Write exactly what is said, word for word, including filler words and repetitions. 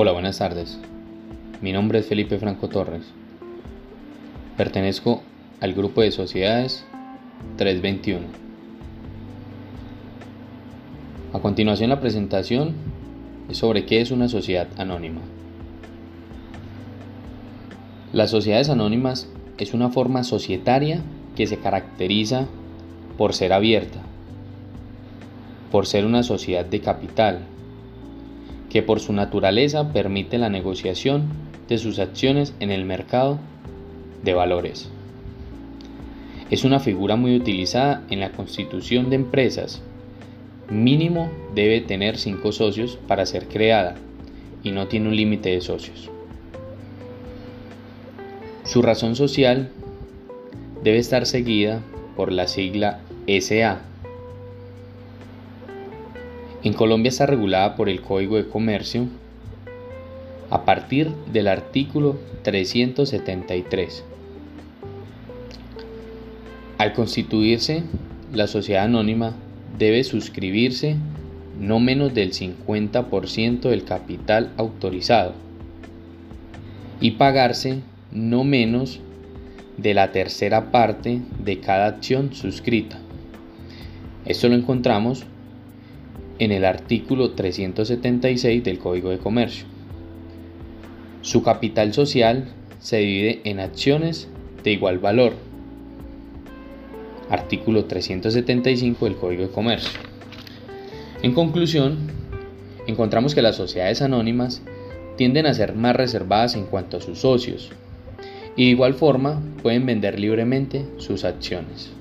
Hola, buenas tardes. Mi nombre es Felipe Franco Torres. Pertenezco al grupo de sociedades trescientos veintiuno. A continuación, la presentación es sobre qué es una sociedad anónima. Las sociedades anónimas es una forma societaria que se caracteriza por ser abierta, por ser una sociedad de capital, que por su naturaleza permite la negociación de sus acciones en el mercado de valores. Es una figura muy utilizada en la constitución de empresas. Mínimo debe tener cinco socios para ser creada y no tiene un límite de socios. Su razón social debe estar seguida por la sigla S A. En Colombia está regulada por el Código de Comercio a partir del artículo trescientos setenta y tres. Al constituirse, la sociedad anónima debe suscribirse no menos del cincuenta por ciento del capital autorizado y pagarse no menos de la tercera parte de cada acción suscrita. Esto lo encontramos en el artículo trescientos setenta y seis del Código de Comercio. Su capital social se divide en acciones de igual valor. Artículo trescientos setenta y cinco del Código de Comercio. En conclusión, encontramos que las sociedades anónimas tienden a ser más reservadas en cuanto a sus socios y de igual forma pueden vender libremente sus acciones.